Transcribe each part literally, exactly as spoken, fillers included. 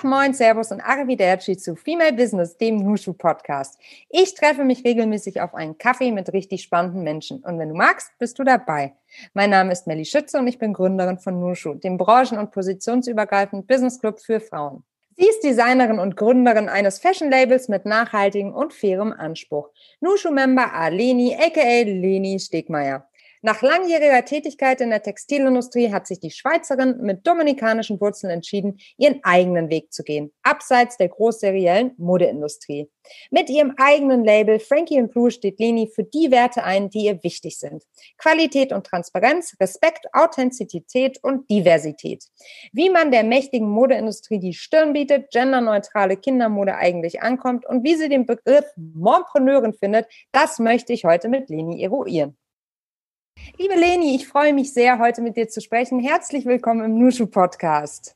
Tag, moin, servus und arrivederci zu Female Business, dem Nushu Podcast. Ich treffe mich regelmäßig auf einen Kaffee mit richtig spannenden Menschen und wenn du magst, bist du dabei. Mein Name ist Melli Schütze und ich bin Gründerin von Nushu, dem branchen- und positionsübergreifenden Business Club für Frauen. Sie ist Designerin und Gründerin eines Fashion-Labels mit nachhaltigem und fairem Anspruch. Nushu-Member A. Leni, aka Leni Stegmeier. Nach langjähriger Tätigkeit in der Textilindustrie hat sich die Schweizerin mit dominikanischen Wurzeln entschieden, ihren eigenen Weg zu gehen, abseits der großseriellen Modeindustrie. Mit ihrem eigenen Label Frankie and Blue steht Leni für die Werte ein, die ihr wichtig sind. Qualität und Transparenz, Respekt, Authentizität und Diversität. Wie man der mächtigen Modeindustrie die Stirn bietet, genderneutrale Kindermode eigentlich ankommt und wie sie den Begriff Mompreneurin findet, das möchte ich heute mit Leni eruieren. Liebe Leni, ich freue mich sehr, heute mit dir zu sprechen. Herzlich willkommen im Nushu Podcast.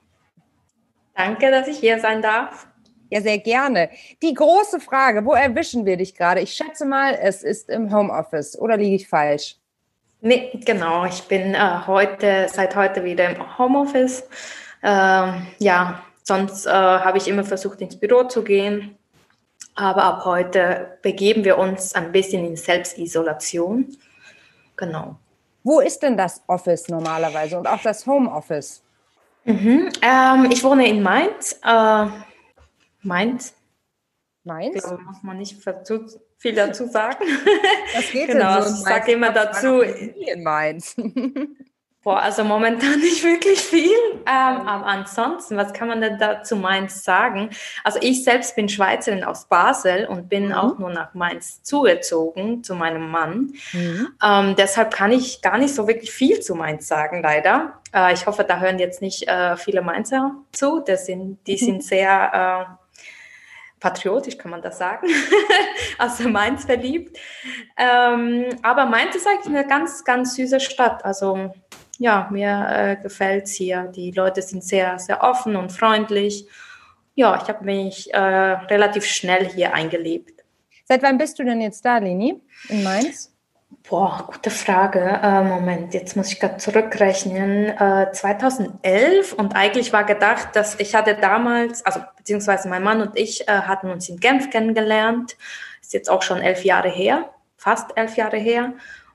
Danke, dass ich hier sein darf. Ja, sehr gerne. Die große Frage, wo erwischen wir dich gerade? Ich schätze mal, es ist im Homeoffice, oder liege ich falsch? Nee, genau. Ich bin äh, heute, seit heute wieder im Homeoffice. Ähm, ja, sonst äh, habe ich immer versucht, ins Büro zu gehen. Aber ab heute begeben wir uns ein bisschen in Selbstisolation. Genau. Wo ist denn das Office normalerweise und auch das Homeoffice? Mhm. Ähm, ich wohne in Mainz. Äh, Mainz. Mainz? Ich glaube, muss man nicht viel dazu sagen. Was geht genau, denn so in ich sage immer dazu. In Mainz. Boah, also momentan nicht wirklich viel, ähm, aber ansonsten, was kann man denn da zu Mainz sagen? Also ich selbst bin Schweizerin aus Basel und bin mhm. auch nur nach Mainz zugezogen zu meinem Mann. Mhm. Ähm, deshalb kann ich gar nicht so wirklich viel zu Mainz sagen, leider. Äh, ich hoffe, da hören jetzt nicht äh, viele Mainzer zu. Das sind, die sind sehr äh, patriotisch, kann man das sagen, also Mainz verliebt. Ähm, aber Mainz ist eigentlich eine ganz, ganz süße Stadt, also ja, mir äh, gefällt es hier. Die Leute sind sehr, sehr offen und freundlich. Ja, ich habe mich äh, relativ schnell hier eingelebt. Seit wann bist du denn jetzt da, Leni, in Mainz? Boah, gute Frage. Äh, Moment, jetzt muss ich gerade zurückrechnen. Äh, zweitausendelf und eigentlich war gedacht, dass ich hatte damals, also beziehungsweise mein Mann und ich äh, hatten uns in Genf kennengelernt. Ist jetzt auch schon elf Jahre her, fast elf Jahre her.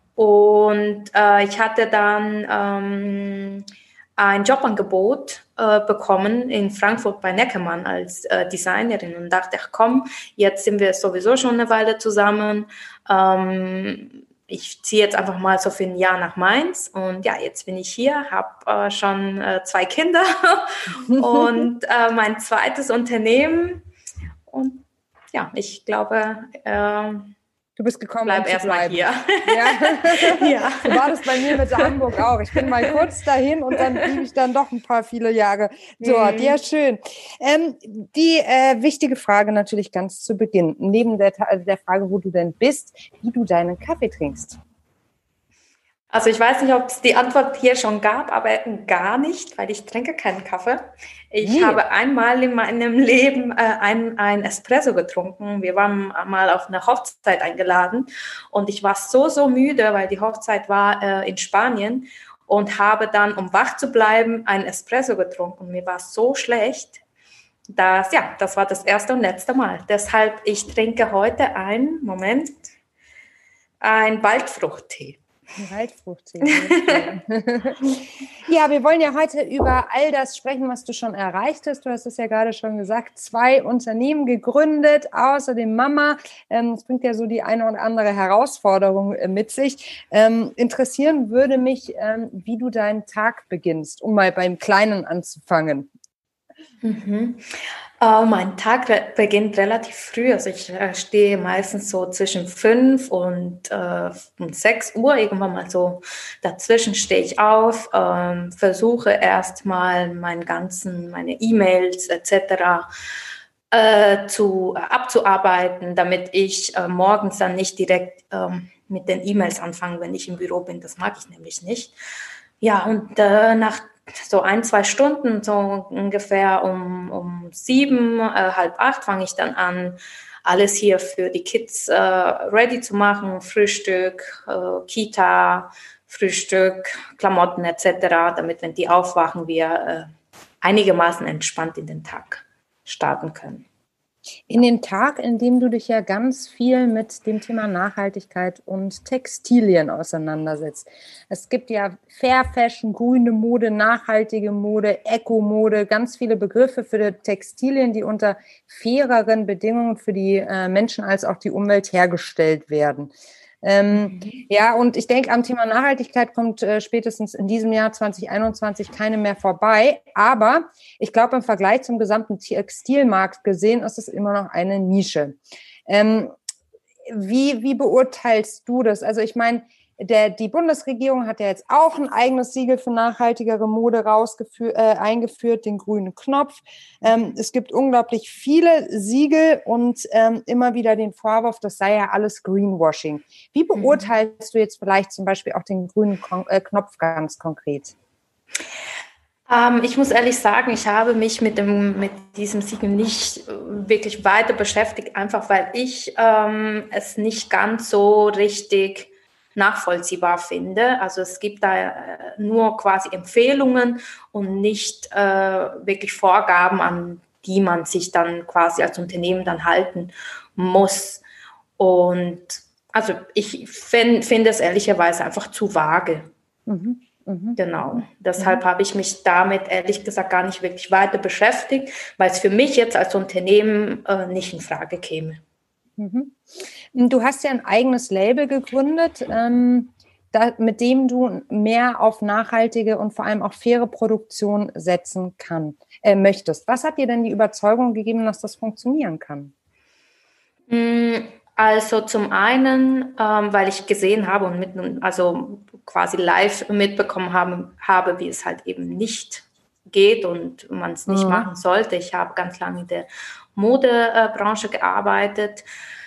Und äh, ich hatte dann ähm, ein Jobangebot äh, bekommen in Frankfurt bei Neckermann als äh, Designerin und dachte, ach komm, jetzt sind wir sowieso schon eine Weile zusammen. Ähm, ich ziehe jetzt einfach mal so für ein Jahr nach Mainz und ja, jetzt bin ich hier, habe äh, schon äh, zwei Kinder und äh, mein zweites Unternehmen und ja, ich glaube... Äh, Du bist gekommen, Bleib um zu erstmal bleiben. hier. Ja. ja. So war das bei mir mit Hamburg auch. Ich bin mal kurz dahin und dann blieb ich dann doch ein paar viele Jahre dort. Mhm. Ja, schön. Ähm, die äh, wichtige Frage natürlich ganz zu Beginn. Neben der, der Frage, wo du denn bist, wie du deinen Kaffee trinkst. Also ich weiß nicht, ob es die Antwort hier schon gab, aber gar nicht, weil ich trinke keinen Kaffee. Ich nee. habe einmal in meinem Leben äh, ein, ein Espresso getrunken. Wir waren mal auf eine Hochzeit eingeladen und ich war so, so müde, weil die Hochzeit war äh, in Spanien und habe dann, um wach zu bleiben, ein Espresso getrunken. Mir war so schlecht, dass, ja, das war das erste und letzte Mal. Deshalb, ich trinke heute ein, Moment, ein Waldfruchttee. Waldfruchttee. Ja, wir wollen ja heute über all das sprechen, was du schon erreicht hast. Du hast es ja gerade schon gesagt, zwei Unternehmen gegründet, außerdem Mama. Ähm, das bringt ja so die eine oder andere Herausforderung äh, mit sich. Ähm, interessieren würde mich, ähm, wie du deinen Tag beginnst, um mal beim Kleinen anzufangen. Mhm. Uh, mein Tag re- beginnt relativ früh, also ich äh, stehe meistens so zwischen fünf und, äh, und sechs Uhr, irgendwann mal so dazwischen stehe ich auf, ähm, versuche erstmal meinen ganzen, meine E-Mails et cetera äh, zu, äh, abzuarbeiten, damit ich äh, morgens dann nicht direkt ähm, mit den E-Mails anfange, wenn ich im Büro bin, das mag ich nämlich nicht. Ja, und äh, nach so ein, zwei Stunden, so ungefähr um, um sieben, äh, halb acht fange ich dann an, alles hier für die Kids äh, ready zu machen, Frühstück, äh, Kita, Frühstück, Klamotten et cetera, damit, wenn die aufwachen, wir äh, einigermaßen entspannt in den Tag starten können. In dem Tag, in dem du dich ja ganz viel mit dem Thema Nachhaltigkeit und Textilien auseinandersetzt. Es gibt ja Fair Fashion, grüne Mode, nachhaltige Mode, Eco-Mode, ganz viele Begriffe für die Textilien, die unter faireren Bedingungen für die äh, Menschen als auch die Umwelt hergestellt werden. Ähm, mhm. Ja, und ich denke, am Thema Nachhaltigkeit kommt äh, spätestens in diesem Jahr zwanzig einundzwanzig keine mehr vorbei. Aber ich glaube, im Vergleich zum gesamten Textilmarkt gesehen ist es immer noch eine Nische. Ähm, wie, wie beurteilst du das? Also ich meine, Der, die Bundesregierung hat ja jetzt auch ein eigenes Siegel für nachhaltigere Mode rausgeführt, äh, eingeführt, den grünen Knopf. Ähm, es gibt unglaublich viele Siegel und ähm, immer wieder den Vorwurf, das sei ja alles Greenwashing. Wie beurteilst mhm. du jetzt vielleicht zum Beispiel auch den grünen Kon- äh, Knopf ganz konkret? Ähm, ich muss ehrlich sagen, ich habe mich mit, dem, mit diesem Siegel nicht wirklich weiter beschäftigt, einfach weil ich ähm, es nicht ganz so richtig nachvollziehbar finde. Also es gibt da äh, nur quasi Empfehlungen und nicht äh, wirklich Vorgaben, an die man sich dann quasi als Unternehmen dann halten muss. Und also ich find, finde es ehrlicherweise einfach zu vage. Mhm. Mhm. Genau. Deshalb mhm. habe ich mich damit ehrlich gesagt gar nicht wirklich weiter beschäftigt, weil es für mich jetzt als Unternehmen äh, nicht in Frage käme. Mhm. Du hast ja ein eigenes Label gegründet, ähm, da, mit dem du mehr auf nachhaltige und vor allem auch faire Produktion setzen kann, äh, möchtest. Was hat dir denn die Überzeugung gegeben, dass das funktionieren kann? Also zum einen, ähm, weil ich gesehen habe und mit, also quasi live mitbekommen habe, habe, wie es halt eben nicht geht und man es nicht mhm. machen sollte. Ich habe ganz lange in der Modebranche gearbeitet.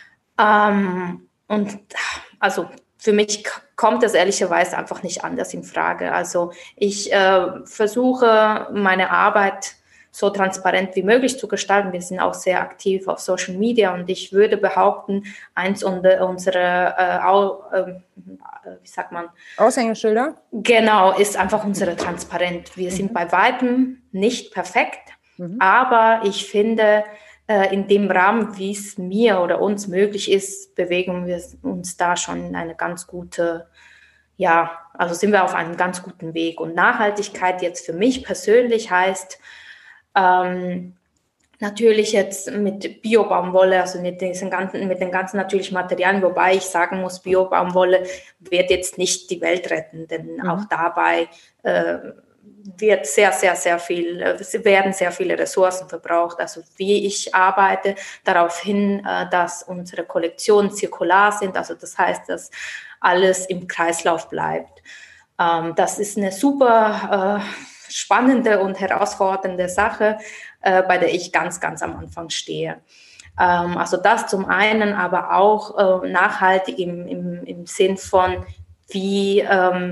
Ähm, und also für mich kommt das ehrlicherweise einfach nicht anders in Frage. Also ich äh, versuche meine Arbeit so transparent wie möglich zu gestalten. Wir sind auch sehr aktiv auf Social Media und ich würde behaupten, eins unserer, äh, au, äh, wie sagt man? Aushängeschilder? Genau, ist einfach unsere Transparenz. Wir mhm. sind bei weitem nicht perfekt, mhm. aber ich finde, in dem Rahmen, wie es mir oder uns möglich ist, bewegen wir uns da schon in eine ganz gute, ja, also sind wir auf einem ganz guten Weg. Und Nachhaltigkeit jetzt für mich persönlich heißt ähm, natürlich jetzt mit Bio-Baumwolle, also mit diesen ganzen, mit den ganzen natürlichen Materialien, wobei ich sagen muss, Bio-Baumwolle wird jetzt nicht die Welt retten, denn mhm. auch dabei äh, wird sehr, sehr, sehr viel, es werden sehr viele Ressourcen verbraucht. Also wie ich arbeite darauf hin, dass unsere Kollektionen zirkular sind, also das heißt, dass alles im Kreislauf bleibt. Das ist eine super spannende und herausfordernde Sache, bei der ich ganz, ganz am Anfang stehe. Also das zum einen, aber auch nachhaltig im, im, im Sinn von, wie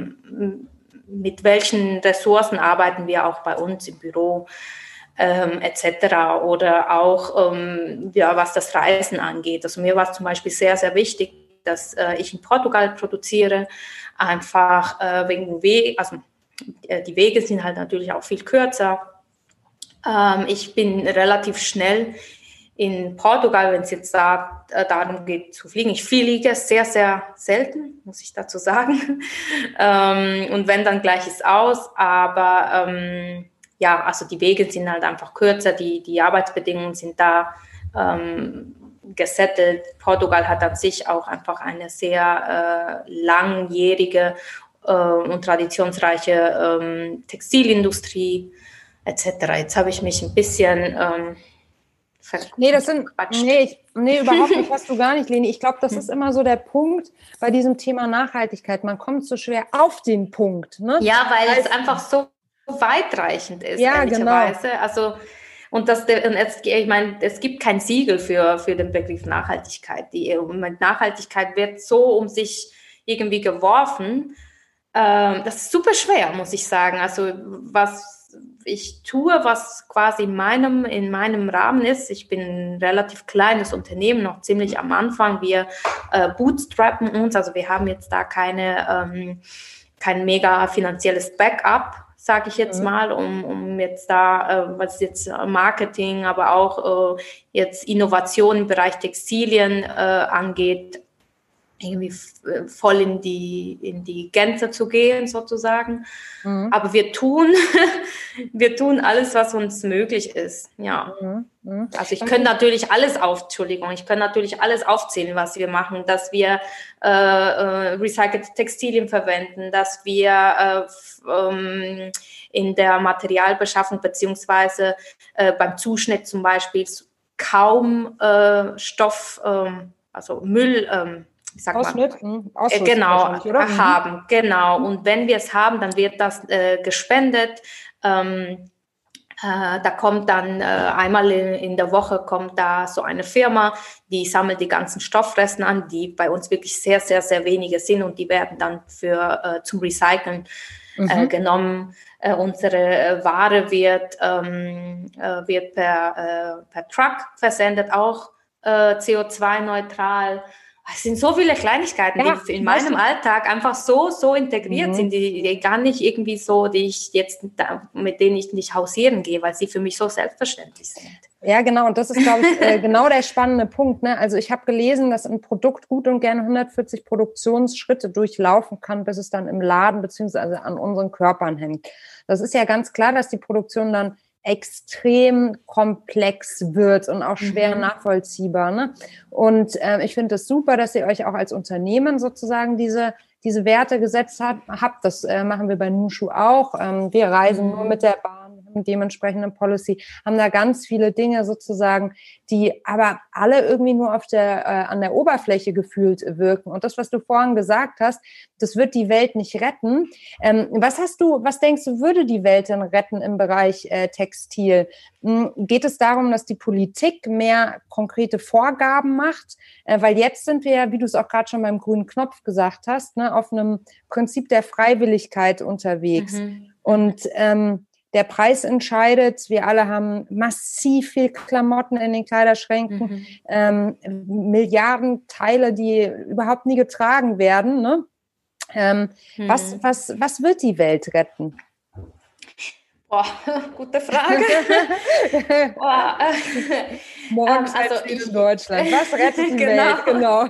mit welchen Ressourcen arbeiten wir auch bei uns im Büro ähm, et cetera. Oder auch, ähm, ja, was das Reisen angeht. Also mir war es zum Beispiel sehr, sehr wichtig, dass äh, ich in Portugal produziere, einfach äh, wegen dem Weg, also äh, die Wege sind halt natürlich auch viel kürzer. Ähm, ich bin relativ schnell in Portugal, wenn es jetzt da, äh, darum geht zu fliegen. Ich fliege sehr, sehr selten, muss ich dazu sagen. ähm, und wenn, dann gleich ist aus. Aber ähm, ja, also die Wege sind halt einfach kürzer, die, die Arbeitsbedingungen sind da ähm, gesettelt. Portugal hat an sich auch einfach eine sehr äh, langjährige äh, und traditionsreiche ähm, Textilindustrie et cetera. Jetzt habe ich mich ein bisschen... Ähm, Nee, das sind, nee, ich, nee, überhaupt nicht, hast du gar nicht, Leni. Ich glaube, das ist immer so der Punkt bei diesem Thema Nachhaltigkeit. Man kommt so schwer auf den Punkt. Ne? Ja, weil also, es einfach so weitreichend ist, ja, ehrlicherweise. Genau. Also, und das, und jetzt, ich meine, es gibt kein Siegel für, für den Begriff Nachhaltigkeit. Die Nachhaltigkeit wird so um sich irgendwie geworfen. Ähm, das ist super schwer, muss ich sagen. Also, was ich tue, was quasi in meinem, in meinem Rahmen ist. Ich bin ein relativ kleines Unternehmen, noch ziemlich am Anfang. Wir äh, bootstrappen uns, also wir haben jetzt da keine, ähm, kein mega finanzielles Backup, sage ich jetzt mal, um, um jetzt da, äh, was jetzt Marketing, aber auch äh, jetzt Innovation im Bereich Textilien äh, angeht, irgendwie f- voll in die, in die Gänze zu gehen sozusagen. Mhm. Aber wir tun, wir tun alles, was uns möglich ist, ja. Mhm. Mhm. Also ich könnte natürlich alles auf, Entschuldigung, ich könnte natürlich alles aufzählen, was wir machen, dass wir äh, äh, recycelte Textilien verwenden, dass wir äh, f- ähm, in der Materialbeschaffung beziehungsweise äh, beim Zuschnitt zum Beispiel kaum äh, Stoff, äh, also Müll, äh, ich sag Ausschnitt, mal, Ausschuss äh, genau, oder? haben, genau. Und wenn wir es haben, dann wird das äh, gespendet. Ähm, äh, da kommt dann äh, einmal in, in der Woche kommt da so eine Firma, die sammelt die ganzen Stoffresten an, die bei uns wirklich sehr, sehr, sehr wenige sind und die werden dann für äh, zum Recyceln äh, mhm. genommen. Äh, unsere äh, Ware wird, ähm, äh, wird per, äh, per Truck versendet, auch äh, C O zwei neutral. Es sind so viele Kleinigkeiten, ja, die in meinem Alltag einfach so, so integriert mhm. sind, die, die gar nicht irgendwie so, die ich jetzt, mit denen ich nicht hausieren gehe, weil sie für mich so selbstverständlich sind. Ja, genau. Und das ist, glaube ich, äh, genau der spannende Punkt. Ne? Also ich habe gelesen, dass ein Produkt gut und gerne hundertvierzig Produktionsschritte durchlaufen kann, bis es dann im Laden beziehungsweise an unseren Körpern hängt. Das ist ja ganz klar, dass die Produktion dann extrem komplex wird und auch schwer mhm. nachvollziehbar. Ne? Und äh, ich finde es das super, dass ihr euch auch als Unternehmen sozusagen diese diese Werte gesetzt habt. habt. Das äh, machen wir bei Nushu auch. Ähm, wir reisen mhm. nur mit der Bahn, haben dementsprechend eine Policy, haben da ganz viele Dinge sozusagen, die aber alle irgendwie nur auf der äh, an der Oberfläche gefühlt wirken. Und das, was du vorhin gesagt hast, das wird die Welt nicht retten. Ähm, was hast du, was denkst du, würde die Welt denn retten im Bereich äh, Textil? Hm, geht es darum, dass die Politik mehr konkrete Vorgaben macht? Äh, weil jetzt sind wir ja, wie du es auch gerade schon beim grünen Knopf gesagt hast, ne, auf einem Prinzip der Freiwilligkeit unterwegs. Mhm. Und ähm, der Preis entscheidet. Wir alle haben massiv viel Klamotten in den Kleiderschränken, mhm. ähm, Milliarden Teile, die überhaupt nie getragen werden. Ne? Ähm, mhm. was, was, was wird die Welt retten? Oh, gute Frage. oh. Morgens also ich, in Deutschland. Was rettet die genau. Welt? Genau.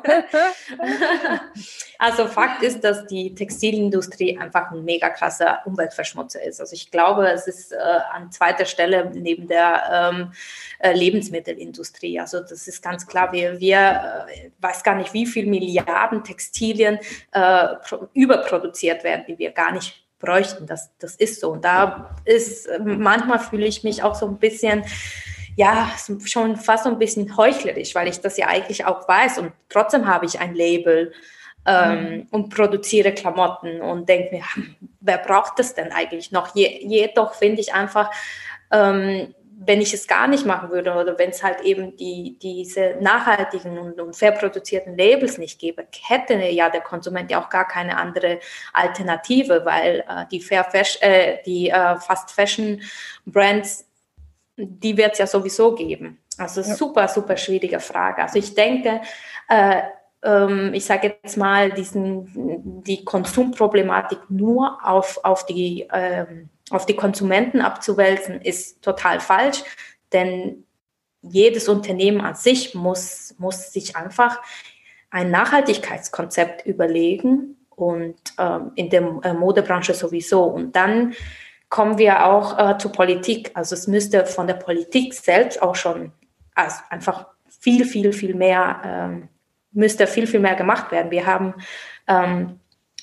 Also Fakt ist, dass die Textilindustrie einfach ein mega krasser Umweltverschmutzer ist. Also ich glaube, es ist äh, an zweiter Stelle neben der ähm, äh, Lebensmittelindustrie. Also das ist ganz klar. Wir, wir äh, weiß gar nicht, wie viel Milliarden Textilien äh, pro, überproduziert werden, die wir gar nicht bräuchten. Das, das ist so. Und da ist, manchmal fühle ich mich auch so ein bisschen, ja, schon fast so ein bisschen heuchlerisch, weil ich das ja eigentlich auch weiß und trotzdem habe ich ein Label ähm, mhm. und produziere Klamotten und denke mir, wer braucht das denn eigentlich noch? Je, jedoch finde ich einfach, ähm, wenn ich es gar nicht machen würde oder wenn es halt eben die, diese nachhaltigen und, und fair produzierten Labels nicht gäbe, hätte ja der Konsument ja auch gar keine andere Alternative, weil äh, die Fair Fashion, äh, die äh, Fast Fashion Brands, die wird es ja sowieso geben. Also ja. super, super schwierige Frage. Also ich denke, äh, ähm, ich sage jetzt mal, diesen, die Konsumproblematik nur auf, auf die ähm, auf die Konsumenten abzuwälzen, ist total falsch, denn jedes Unternehmen an sich muss, muss sich einfach ein Nachhaltigkeitskonzept überlegen und ähm, in der äh, Modebranche sowieso. Und dann kommen wir auch äh, zur Politik. Also es müsste von der Politik selbst auch schon also einfach viel, viel, viel mehr, ähm, müsste viel, viel mehr gemacht werden. Wir haben ähm,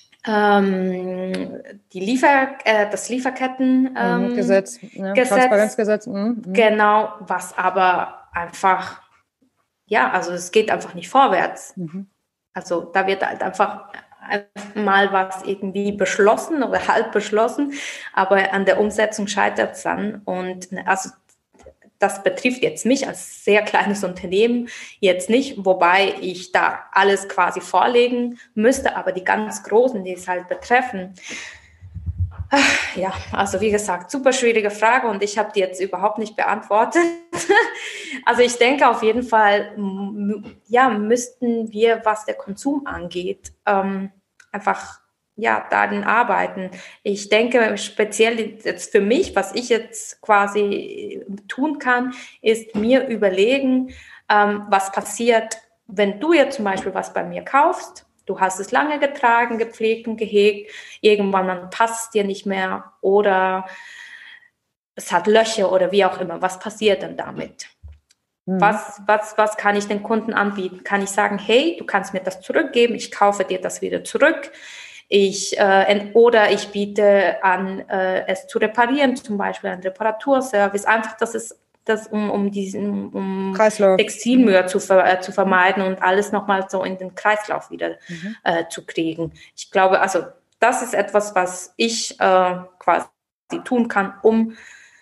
Ähm, die Liefer, äh, das Lieferketten ähm, Gesetz, ja, Transparenzgesetz, mhm. genau, was aber einfach, ja, also es geht einfach nicht vorwärts. Mhm. Also da wird halt einfach mal was irgendwie beschlossen oder halb beschlossen, aber an der Umsetzung scheitert es dann und also das betrifft jetzt mich als sehr kleines Unternehmen jetzt nicht, wobei ich da alles quasi vorlegen müsste, aber die ganz Großen, die es halt betreffen, ja, also wie gesagt, super schwierige Frage und ich habe die jetzt überhaupt nicht beantwortet. Also ich denke auf jeden Fall, ja, müssten wir, was der Konsum angeht, ähm, einfach ja, darin arbeiten. Ich denke, speziell jetzt für mich, was ich jetzt quasi tun kann, ist mir überlegen, ähm, was passiert, wenn du jetzt zum Beispiel was bei mir kaufst. Du hast es lange getragen, gepflegt und gehegt. Irgendwann dann passt es dir nicht mehr oder es hat Löcher oder wie auch immer. Was passiert denn damit? Mhm. Was, was, was kann ich den Kunden anbieten? Kann ich sagen, hey, du kannst mir das zurückgeben, ich kaufe dir das wieder zurück. Ich, äh, oder ich biete an, äh, es zu reparieren, zum Beispiel einen Reparaturservice. Einfach, dass es das um, um diesen um Textilmüll zu, ver, äh, zu vermeiden und alles nochmal so in den Kreislauf wieder mhm. äh, zu kriegen. Ich glaube, also das ist etwas, was ich äh, quasi tun kann, um,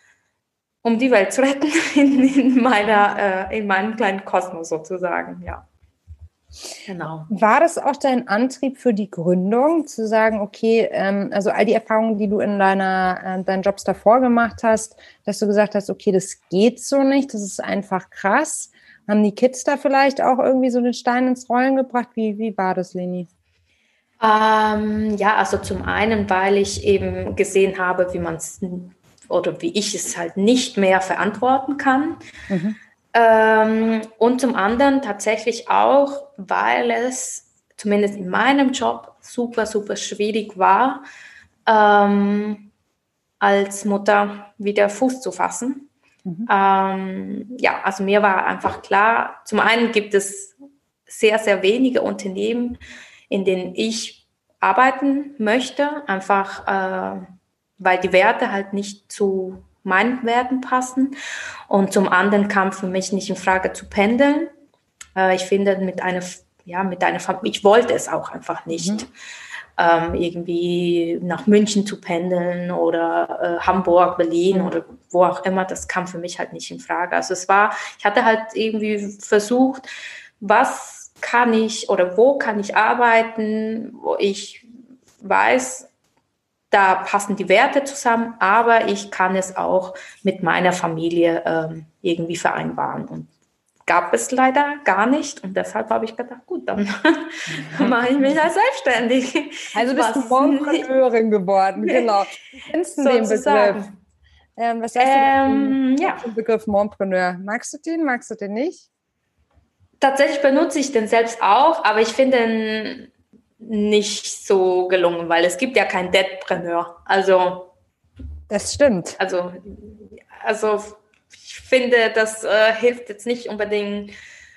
um die Welt zu retten in, in, meiner, äh, in meinem kleinen Kosmos sozusagen, ja. Genau. War das auch dein Antrieb für die Gründung, zu sagen, okay, ähm, also all die Erfahrungen, die du in deiner, äh, deinen Jobs davor gemacht hast, dass du gesagt hast, okay, das geht so nicht, das ist einfach krass. Haben die Kids da vielleicht auch irgendwie so den Stein ins Rollen gebracht? Wie, wie war das, Leni? Ähm, ja, also zum einen, weil ich eben gesehen habe, wie man es oder wie ich es halt nicht mehr verantworten kann. Mhm. Ähm, und zum anderen tatsächlich auch, weil es zumindest in meinem Job super, super schwierig war, ähm, als Mutter wieder Fuß zu fassen. Mhm. Ähm, ja, also mir war einfach klar, zum einen gibt es sehr, sehr wenige Unternehmen, in denen ich arbeiten möchte, einfach äh, weil die Werte halt nicht zu meinen Werten passen. Und zum anderen kam für mich nicht in Frage zu pendeln. Äh, ich finde, mit einer, ja, mit einer Familie, ich wollte es auch einfach nicht, mhm. ähm, irgendwie nach München zu pendeln oder äh, Hamburg, Berlin mhm. oder wo auch immer. Das kam für mich halt nicht in Frage. Also es war, ich hatte halt irgendwie versucht, was kann ich oder wo kann ich arbeiten, wo ich weiß, da passen die Werte zusammen, aber ich kann es auch mit meiner Familie ähm, irgendwie vereinbaren. Und gab es leider gar nicht. Und deshalb habe ich gedacht, gut, dann mache ich mich als selbstständig. Also bist du Mompreneurin geworden, genau. Kennst du den Begriff? Ähm, was heißt ähm, du ja. den Begriff Mompreneur? Magst du den, magst du den nicht? Tatsächlich benutze ich den selbst auch, aber ich finde ihn nicht so gelungen, weil es gibt ja keinen Deadpreneur. Also das stimmt. Also, also ich finde, das äh, hilft jetzt nicht unbedingt.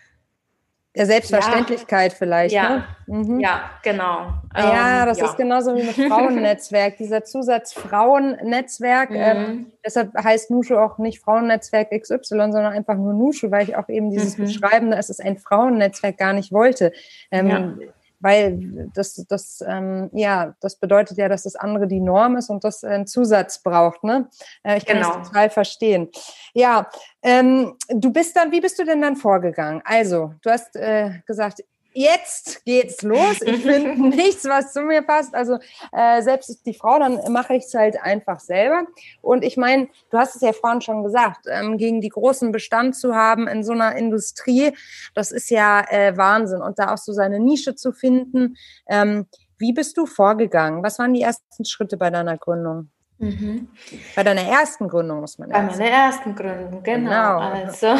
Der Selbstverständlichkeit ja. vielleicht, ja. ne? Mhm. Ja, genau. Ja, das ja. ist genauso wie mit Frauennetzwerk. Dieser Zusatz Frauennetzwerk, mhm. ähm, deshalb heißt Nushu auch nicht Frauennetzwerk X Y, sondern einfach nur Nushu, weil ich auch eben dieses mhm. Beschreiben, dass es ein Frauennetzwerk gar nicht wollte. Ähm, ja. Weil das, das, ähm, ja, das bedeutet ja, dass das andere die Norm ist und das einen Zusatz braucht, ne? Äh, ich kann genau. das total verstehen. Ja, ähm, du bist dann, wie bist du denn dann vorgegangen? Also, du hast äh, gesagt, jetzt geht's los. Ich finde nichts, was zu mir passt. Also äh, selbst die Frau, dann mache ich es halt einfach selber. Und ich meine, du hast es ja vorhin schon gesagt, ähm, gegen die großen Bestand zu haben in so einer Industrie, das ist ja äh, Wahnsinn. Und da auch so seine Nische zu finden. Ähm, wie bist du vorgegangen? Was waren die ersten Schritte bei deiner Gründung? Mhm. Bei deiner ersten Gründung, muss man ja sagen. Bei meiner ersten Gründung, genau. genau. Also...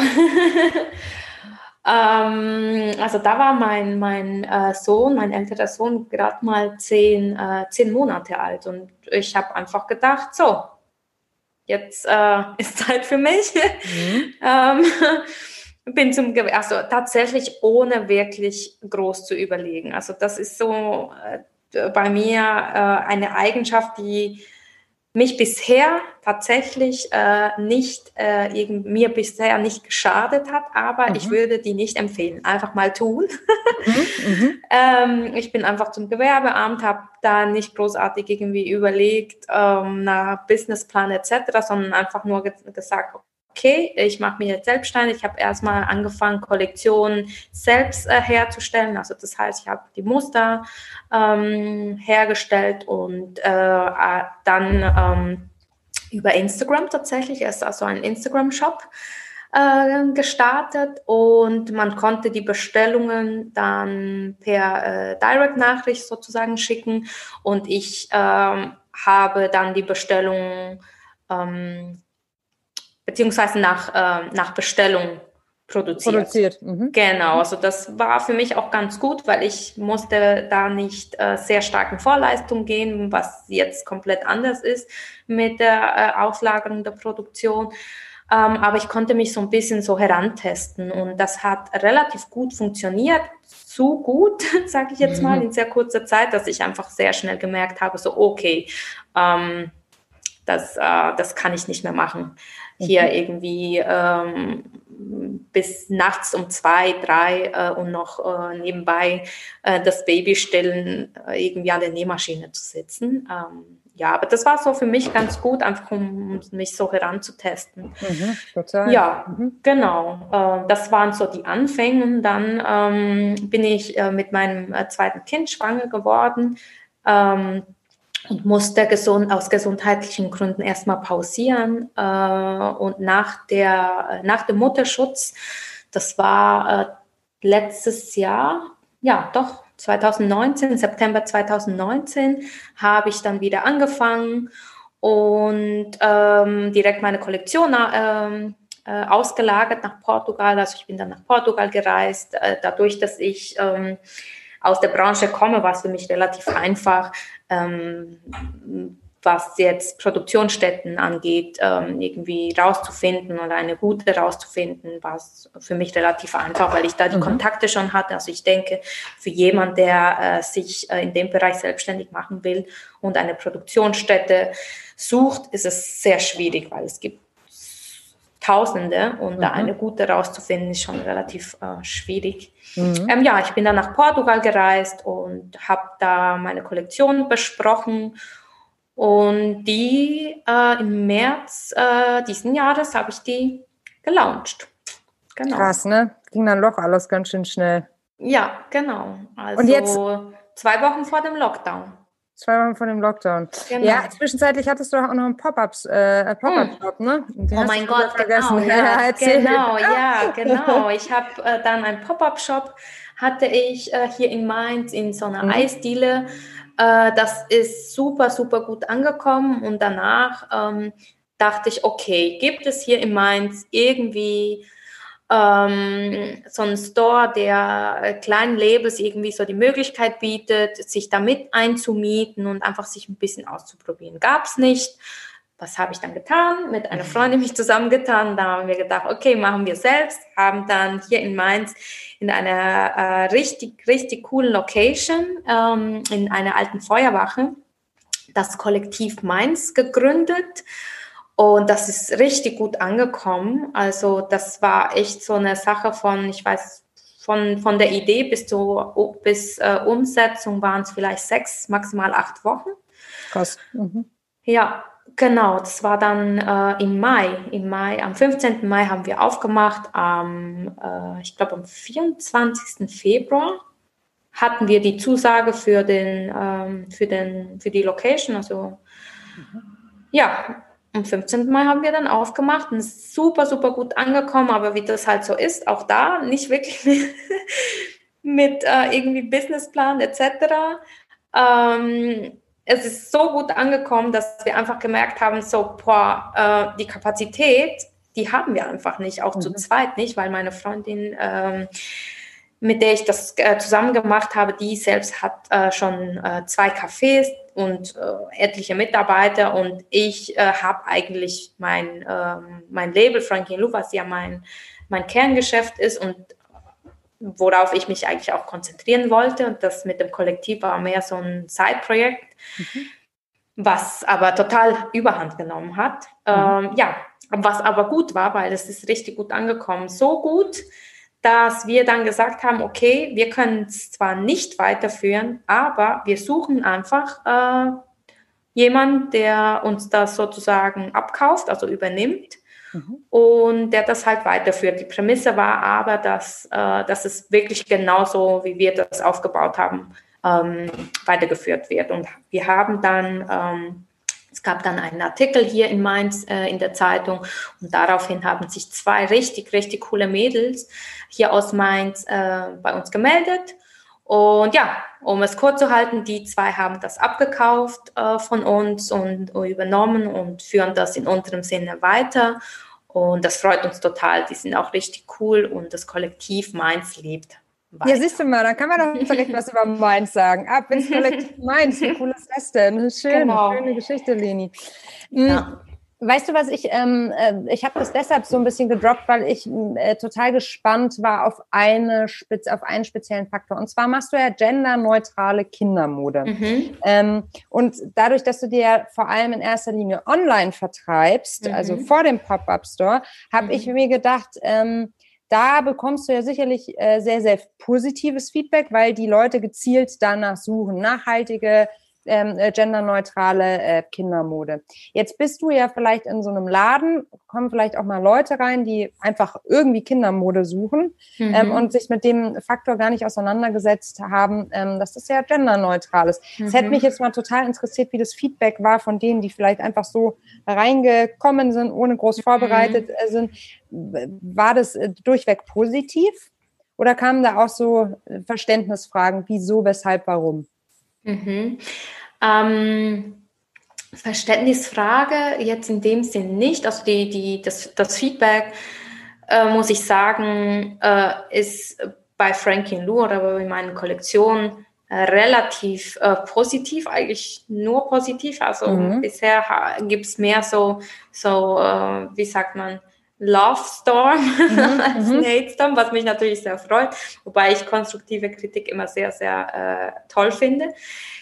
Ähm, also da war mein, mein äh, Sohn, mein älterer Sohn, gerade mal zehn, äh, zehn Monate alt und ich habe einfach gedacht, so, jetzt äh, ist Zeit für mich. Mhm. ähm, bin zum Gewehr, also tatsächlich ohne wirklich groß zu überlegen. Also das ist so äh, bei mir äh, eine Eigenschaft, die mich bisher tatsächlich äh, nicht, äh, irgend, mir bisher nicht geschadet hat, aber mhm. ich würde die nicht empfehlen. Einfach mal tun. Mhm. ähm, ich bin einfach zum Gewerbeamt, habe da nicht großartig irgendwie überlegt, ähm, nach Businessplan et cetera, sondern einfach nur ge- gesagt, okay, ich mache mich jetzt selbstständig. Ich habe erstmal angefangen, Kollektionen selbst äh, herzustellen. Also das heißt, ich habe die Muster ähm, hergestellt und äh, dann ähm, über Instagram tatsächlich. Es ist also ein Instagram-Shop. äh, gestartet und man konnte die Bestellungen dann per äh, Direct-Nachricht sozusagen schicken und ich ähm, habe dann die Bestellung ähm, beziehungsweise nach, äh, nach Bestellung produziert. Produziert. Mhm. Genau, also das war für mich auch ganz gut, weil ich musste da nicht äh, sehr stark in Vorleistung gehen, was jetzt komplett anders ist mit der äh, Auslagerung der Produktion. Ähm, aber ich konnte mich so ein bisschen so herantesten und das hat relativ gut funktioniert, zu gut, sage ich jetzt mal, in sehr kurzer Zeit, dass ich einfach sehr schnell gemerkt habe, so okay, ähm, das, äh, das kann ich nicht mehr machen. Hier mhm. irgendwie ähm, bis nachts um zwei, drei äh, und noch äh, nebenbei äh, das Baby stillen, äh, irgendwie an der Nähmaschine zu sitzen. Ähm, ja, aber das war so für mich ganz gut, einfach um mich so heranzutesten. Mhm, total. Ja, mhm. genau. Äh, das waren so die Anfänge. Und dann ähm, bin ich äh, mit meinem äh, zweiten Kind schwanger geworden. Ähm, und musste gesund, aus gesundheitlichen Gründen erstmal pausieren. Äh, und nach, der, nach dem Mutterschutz, das war äh, letztes Jahr, ja doch, zwanzig neunzehn, September zwanzig neunzehn, habe ich dann wieder angefangen und ähm, direkt meine Kollektion ähm, äh, ausgelagert nach Portugal. Also ich bin dann nach Portugal gereist, äh, dadurch, dass ich ähm, aus der Branche komme, war es für mich relativ einfach, ähm, was jetzt Produktionsstätten angeht, ähm, irgendwie rauszufinden oder eine gute rauszufinden, war es für mich relativ einfach, weil ich da die mhm. Kontakte schon hatte. Also ich denke, für jemanden, der äh, sich äh, in dem Bereich selbstständig machen will und eine Produktionsstätte sucht, ist es sehr schwierig, weil es gibt Tausende und mhm. da eine gute rauszufinden, ist schon relativ äh, schwierig. Mhm. Ähm, ja, ich bin dann nach Portugal gereist und habe da meine Kollektion besprochen und die äh, im März äh, diesen Jahres habe ich die gelauncht. Genau. Krass, ne? Ging dann doch alles ganz schön schnell. Ja, genau. Also und jetzt, zwei Wochen vor dem Lockdown. Zwei Wochen vor dem Lockdown. Genau. Ja, zwischenzeitlich hattest du auch noch einen Pop-up äh, Pop-up-Shop, mm. ne? Den oh mein Gott, genau, ja, ja genau, ja, genau. Ich habe äh, dann einen Pop-up-Shop, hatte ich äh, hier in Mainz in so einer mhm. Eisdiele. Äh, das ist super, super gut angekommen und danach ähm, dachte ich, okay, gibt es hier in Mainz irgendwie Ähm, so ein Store, der kleinen Labels irgendwie so die Möglichkeit bietet, sich damit einzumieten und einfach sich ein bisschen auszuprobieren. Gab es nicht. Was habe ich dann getan? Mit einer Freundin mich zusammengetan. Da haben wir gedacht, okay, machen wir selbst. Haben dann hier in Mainz in einer äh, richtig, richtig coolen Location, ähm, in einer alten Feuerwache, das Kollektiv Mainz gegründet. Und das ist richtig gut angekommen. Also das war echt so eine Sache von, ich weiß, von, von der Idee bis zur bis, äh, Umsetzung waren es vielleicht sechs, maximal acht Wochen. Krass. Mhm. Ja, genau. Das war dann äh, im Mai. Im Mai, am fünfzehnten Mai haben wir aufgemacht. Am, äh, ich glaube, am vierundzwanzigsten Februar hatten wir die Zusage für, den, ähm, für, den, für die Location. Also mhm. ja, am fünfzehnten Mai haben wir dann aufgemacht und es ist super, super gut angekommen, aber wie das halt so ist, auch da nicht wirklich mit, mit äh, irgendwie Businessplan et cetera. Ähm, es ist so gut angekommen, dass wir einfach gemerkt haben, so, boah, äh, die Kapazität, die haben wir einfach nicht, auch mhm. zu zweit nicht, weil meine Freundin, ähm, mit der ich das äh, zusammen gemacht habe, die selbst hat äh, schon äh, zwei Cafés und äh, etliche Mitarbeiter und ich äh, habe eigentlich mein, ähm, mein Label Frankie Lou, was ja mein, mein Kerngeschäft ist und worauf ich mich eigentlich auch konzentrieren wollte und das mit dem Kollektiv war mehr so ein Side-Projekt, mhm. was aber total Überhand genommen hat. Mhm. Ähm, ja, was aber gut war, weil es ist richtig gut angekommen, so gut, dass wir dann gesagt haben, okay, wir können es zwar nicht weiterführen, aber wir suchen einfach äh, jemanden, der uns das sozusagen abkauft, also übernimmt mhm. und der das halt weiterführt. Die Prämisse war aber, dass, äh, dass es wirklich genauso, wie wir das aufgebaut haben, ähm, weitergeführt wird. Und wir haben dann ähm, Es gab dann einen Artikel hier in Mainz äh, in der Zeitung und daraufhin haben sich zwei richtig, richtig coole Mädels hier aus Mainz äh, bei uns gemeldet. Und ja, um es kurz zu halten, die zwei haben das abgekauft äh, von uns und uh, übernommen und führen das in unserem Sinne weiter. Und das freut uns total. Die sind auch richtig cool und das Kollektiv Mainz lebt weiter. Ja, siehst du mal, da kann man doch direkt was über Mainz sagen. Ab ins Kollektiv Mainz, wie cool ist das denn? Eine schöne, genau. schöne Geschichte, Leni. Ja. Weißt du was, ich, ähm, ich habe das deshalb so ein bisschen gedroppt, weil ich äh, total gespannt war auf, eine Spez- auf einen speziellen Faktor. Und zwar machst du ja genderneutrale Kindermode. Mhm. Ähm, und dadurch, dass du dir ja vor allem in erster Linie online vertreibst, mhm. also vor dem Pop-Up-Store, habe mhm. ich mir gedacht, ähm, da bekommst du ja sicherlich äh, sehr, sehr positives Feedback, weil die Leute gezielt danach suchen, nachhaltige, ähm, genderneutrale äh, Kindermode. Jetzt bist du ja vielleicht in so einem Laden, kommen vielleicht auch mal Leute rein, die einfach irgendwie Kindermode suchen mhm. ähm, und sich mit dem Faktor gar nicht auseinandergesetzt haben, ähm, dass das ja genderneutral ist. Es mhm. hätte mich jetzt mal total interessiert, wie das Feedback war von denen, die vielleicht einfach so reingekommen sind, ohne groß vorbereitet mhm. äh, sind. War das äh, durchweg positiv oder kamen da auch so Verständnisfragen, wieso, weshalb, warum? Mhm. Ähm, Verständnisfrage jetzt in dem Sinn nicht. Also die, die, das, das Feedback, äh, muss ich sagen, äh, ist bei Frankie Lou oder bei meinen Kollektionen äh, relativ äh, positiv, eigentlich nur positiv. Also mhm. bisher gibt es mehr so, so äh, wie sagt man, Love Storm mhm, als ein Hate Storm, was mich natürlich sehr freut, wobei ich konstruktive Kritik immer sehr, sehr äh, toll finde.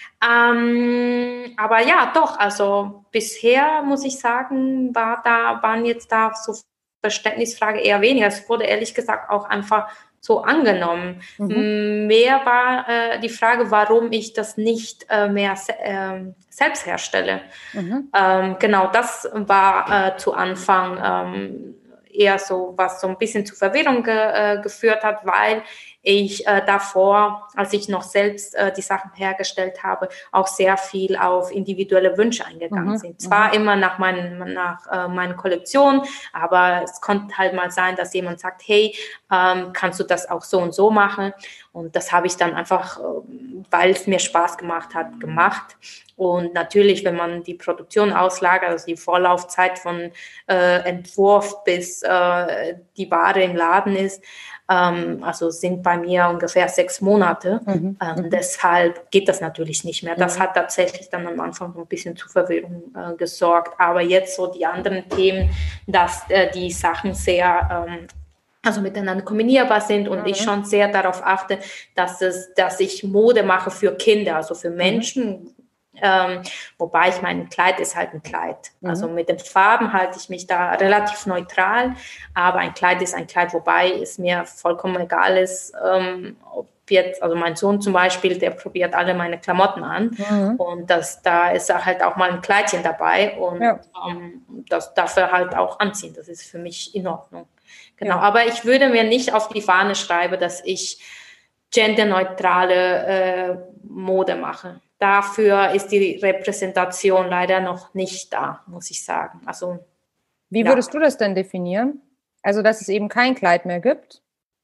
Ähm, aber ja, doch, also bisher muss ich sagen, war da, waren jetzt da so Verständnisfrage eher weniger. Es wurde ehrlich gesagt auch einfach so angenommen. Mhm. Mehr war äh, die Frage, warum ich das nicht äh, mehr se- äh, selbst herstelle. Mhm. Ähm, genau, das war äh, zu Anfang ähm, eher so, was so ein bisschen zu Verwirrung ge, äh, geführt hat, weil ich äh, davor, als ich noch selbst äh, die Sachen hergestellt habe, auch sehr viel auf individuelle Wünsche eingegangen mhm, sind. Zwar immer nach meinen, nach äh, meinen Kollektionen, aber es konnte halt mal sein, dass jemand sagt, hey, ähm, kannst du das auch so und so machen? Und das habe ich dann einfach, äh, weil es mir Spaß gemacht hat, gemacht. Und natürlich, wenn man die Produktion auslagert, also die Vorlaufzeit von äh, Entwurf bis äh, die Ware im Laden ist, ähm, also sind bei mir ungefähr sechs Monate. Mhm. Ähm, deshalb geht das natürlich nicht mehr. Das mhm. hat tatsächlich dann am Anfang so ein bisschen zu Verwirrung äh, gesorgt. Aber jetzt so die anderen Themen, dass äh, die Sachen sehr ähm, also miteinander kombinierbar sind und mhm. ich schon sehr darauf achte, dass es, dass ich Mode mache für Kinder, also für Menschen. Mhm. Ähm, wobei ich meine, ein Kleid ist halt ein Kleid. Mhm. Also mit den Farben halte ich mich da relativ neutral, aber ein Kleid ist ein Kleid, wobei es mir vollkommen egal ist, ähm, ob jetzt, also mein Sohn zum Beispiel, der probiert alle meine Klamotten an mhm. und das, da ist halt auch mal ein Kleidchen dabei und ja. ähm, das darf er halt auch anziehen. Das ist für mich in Ordnung. Genau, ja. Aber ich würde mir nicht auf die Fahne schreiben, dass ich genderneutrale äh, Mode mache. Dafür ist die Repräsentation leider noch nicht da, muss ich sagen. Also, wie würdest ja. du das denn definieren? Also, dass es eben kein Kleid mehr gibt?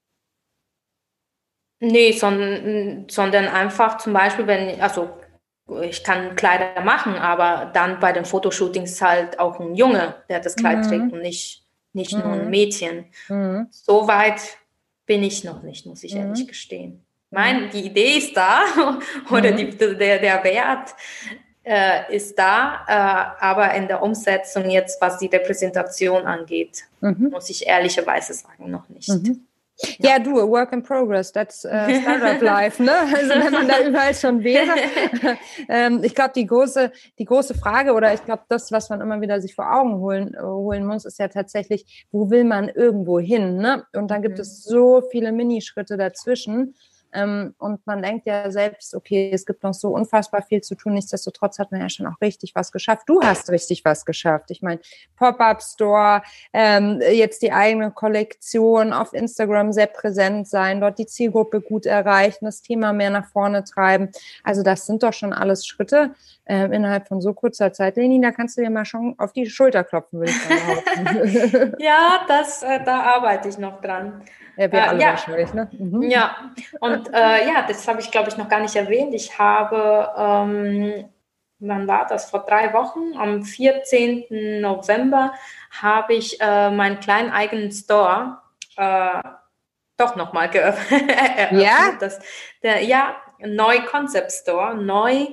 Nee, sondern, sondern einfach zum Beispiel, wenn, also ich kann Kleider machen, aber dann bei den Fotoshootings halt auch ein Junge, der das Kleid mhm. trägt und nicht, nicht mhm. nur ein Mädchen. Mhm. So weit bin ich noch nicht, muss ich mhm. ehrlich gestehen. Ich meine, die Idee ist da oder mhm. die, der, der Wert äh, ist da, äh, aber in der Umsetzung jetzt, was die Repräsentation angeht, mhm. muss ich ehrlicherweise sagen, noch nicht. Mhm. Ja. ja, du, a work in progress, that's uh, Startup Life, ne? Also wenn man da überall schon wäre. ähm, ich glaube, die große, die große Frage oder ich glaube, das, was man immer wieder sich vor Augen holen, holen muss, ist ja tatsächlich, wo will man irgendwo hin, ne? Und dann gibt mhm. es so viele Minischritte dazwischen. Ähm, und man denkt ja selbst, okay, es gibt noch so unfassbar viel zu tun. Nichtsdestotrotz hat man ja schon auch richtig was geschafft. Du hast richtig was geschafft. Ich meine, Pop-up-Store, ähm, jetzt die eigene Kollektion, auf Instagram sehr präsent sein, dort die Zielgruppe gut erreichen, das Thema mehr nach vorne treiben. Also das sind doch schon alles Schritte äh, innerhalb von so kurzer Zeit. Leni, da kannst du dir mal schon auf die Schulter klopfen, würde ich sagen. Ja, das, äh, da arbeite ich noch dran. Ja, wir Äh, alle ja. wahrscheinlich, ne? Mhm. Ja, und äh, ja, das habe ich, glaube ich, noch gar nicht erwähnt. Ich habe, ähm, wann war das? Vor drei Wochen, am vierzehnten November, habe ich äh, meinen kleinen eigenen Store äh, doch nochmal geöffnet. Ja? Das, der, ja, Neu Concept Store. Neu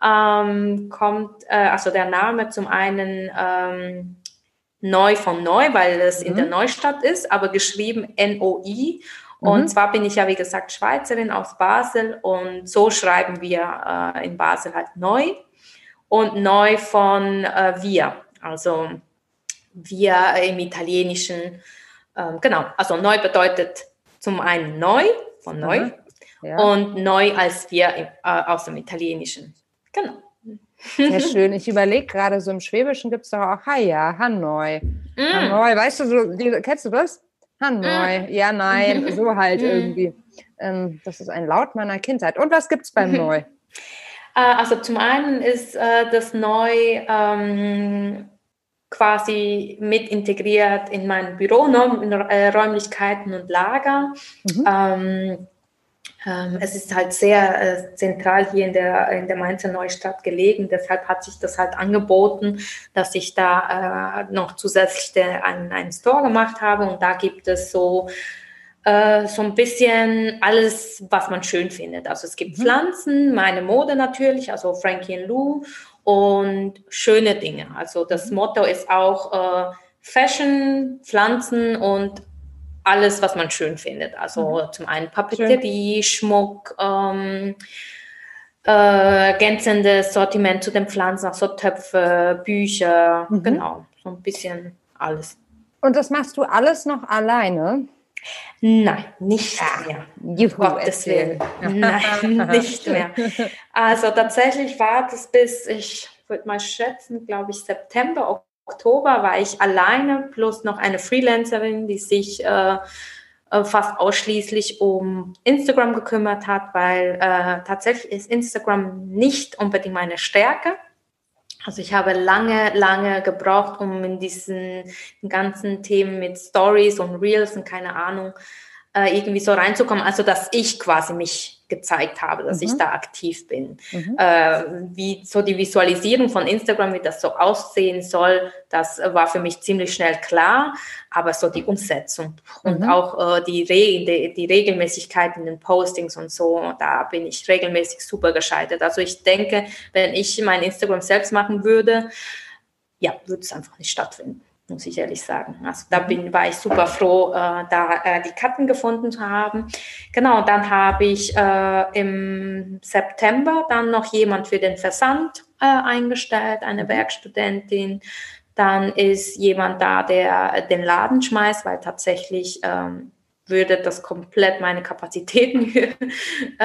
ähm, kommt, äh, also der Name zum einen ähm, Neu von Neu, weil es mhm. in der Neustadt ist, aber geschrieben N O I. Und mhm. zwar bin ich ja, wie gesagt, Schweizerin aus Basel und so schreiben wir äh, in Basel halt Neu und Neu von äh, wir, also wir im Italienischen, äh, genau, also Neu bedeutet zum einen Neu, von Neu, ja. und Neu als wir äh, aus dem Italienischen, genau. Sehr schön. Ich überlege gerade, so im Schwäbischen gibt es doch auch Haja, Hanoi. Mm. Hanoi, weißt du, so, die, kennst du das? Hanoi, mm. ja, nein, so halt mm. irgendwie. Ähm, das ist ein Laut meiner Kindheit. Und was gibt es beim Neu? Also zum einen ist äh, das Neu ähm, quasi mit integriert in mein Büroräumlichkeiten und Lager. Mhm. Ähm, Es ist halt sehr äh, zentral hier in der, in der Mainzer Neustadt gelegen. Deshalb hat sich das halt angeboten, dass ich da äh, noch zusätzlich einen, einen Store gemacht habe. Und da gibt es so, äh, so ein bisschen alles, was man schön findet. Also es gibt mhm. Pflanzen, meine Mode natürlich, also Frankie and Lou und schöne Dinge. Also das mhm. Motto ist auch äh, Fashion, Pflanzen und alles, was man schön findet. Also mhm. zum einen Papeterie, schön. Schmuck, ähm, äh, ergänzendes Sortiment zu den Pflanzen, also Töpfe, Bücher, mhm. genau, so ein bisschen alles. Und das machst du alles noch alleine? Nein, nicht ja. mehr. Um Gottes Willen. Nein, nicht mehr. Also tatsächlich war das bis, ich würde mal schätzen, glaube ich, September, Oktober war ich alleine plus noch eine Freelancerin, die sich äh, fast ausschließlich um Instagram gekümmert hat, weil äh, tatsächlich ist Instagram nicht unbedingt meine Stärke. Also ich habe lange, lange gebraucht, um in diesen ganzen Themen mit Stories und Reels und keine Ahnung äh, irgendwie so reinzukommen. Also dass ich quasi mich gezeigt habe, dass mhm. ich da aktiv bin. Mhm. Äh, wie so die Visualisierung von Instagram, wie das so aussehen soll, das äh, war für mich ziemlich schnell klar, aber so die Umsetzung mhm. und auch äh, die, Re- die, die Regelmäßigkeit in den Postings und so, da bin ich regelmäßig super gescheitert. Also ich denke, wenn ich mein Instagram selbst machen würde, ja, würde es einfach nicht stattfinden, muss ich ehrlich sagen. Also da bin, war ich super froh, äh, da äh, die Karten gefunden zu haben. Genau, dann habe ich äh, im September dann noch jemand für den Versand äh, eingestellt, eine mhm. Werkstudentin. Dann ist jemand da, der den Laden schmeißt, weil tatsächlich ähm, würde das komplett meine Kapazitäten äh,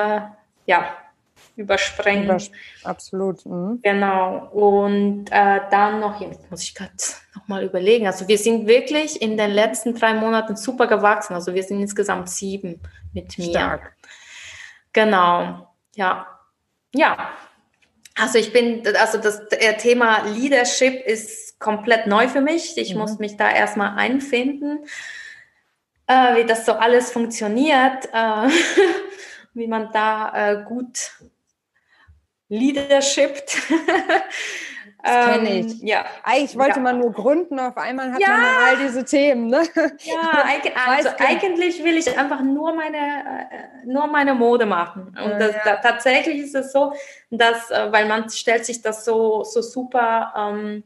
ja, übersprengen. Übers- absolut. Mhm. Genau. Und äh, dann noch, jetzt muss ich gerade nochmal überlegen. Also wir sind wirklich in den letzten drei Monaten super gewachsen. Also wir sind insgesamt sieben mit mir. Stark. Genau. Ja. Ja. Also ich bin, also das Thema Leadership ist komplett neu für mich. Ich mhm. muss mich da erstmal einfinden, äh, wie das so alles funktioniert, äh, wie man da äh, gut Leadership. Das kenne ich. Ähm, ja. Eigentlich wollte ja. man nur gründen, auf einmal hat ja. man all diese Themen. Ne? Ja, also eigentlich will ich einfach nur meine, äh, nur meine Mode machen. Und das, ja. da, tatsächlich ist es so, dass, äh, weil man stellt sich das so, so super ähm,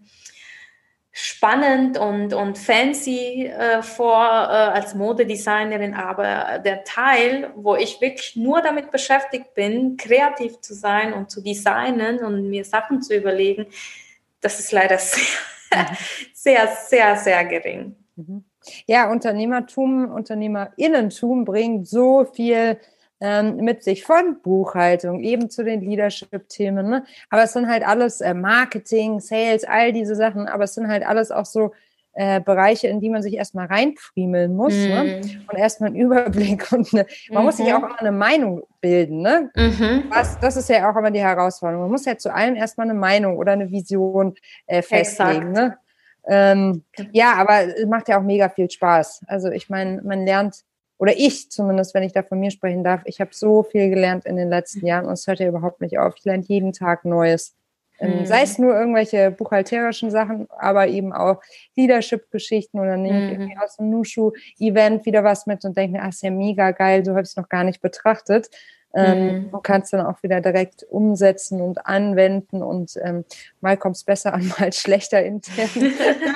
spannend und, und fancy äh, vor äh, als Modedesignerin, aber der Teil, wo ich wirklich nur damit beschäftigt bin, kreativ zu sein und zu designen und mir Sachen zu überlegen, das ist leider sehr, mhm. sehr, sehr, sehr gering. Mhm. Ja, Unternehmertum, Unternehmerinnentum bringt so viel ähm, mit sich, von Buchhaltung, eben zu den Leadership-Themen. Ne? Aber es sind halt alles äh, Marketing, Sales, all diese Sachen, aber es sind halt alles auch so äh, Bereiche, in die man sich erstmal reinfriemeln muss, mm. ne? Und erstmal einen Überblick und eine, man mm-hmm. muss sich auch immer eine Meinung bilden, ne? Mm-hmm. Was, das ist ja auch immer die Herausforderung. Man muss ja zu allem erstmal eine Meinung oder eine Vision äh, festlegen, ne? Ähm, ja, aber es macht ja auch mega viel Spaß. Also ich meine, man lernt, oder ich zumindest, wenn ich da von mir sprechen darf, ich habe so viel gelernt in den letzten Jahren und es hört ja überhaupt nicht auf. Ich lerne jeden Tag Neues. Ähm, hm. Sei es nur irgendwelche buchhalterischen Sachen, aber eben auch Leadership-Geschichten oder nehme ich irgendwie aus dem Nushu-Event wieder was mit und denke mir, ach, ist ja mega geil, so habe ich es noch gar nicht betrachtet. Ähm, mhm. Du kannst dann auch wieder direkt umsetzen und anwenden und ähm, mal kommt es besser an, mal schlechter intern.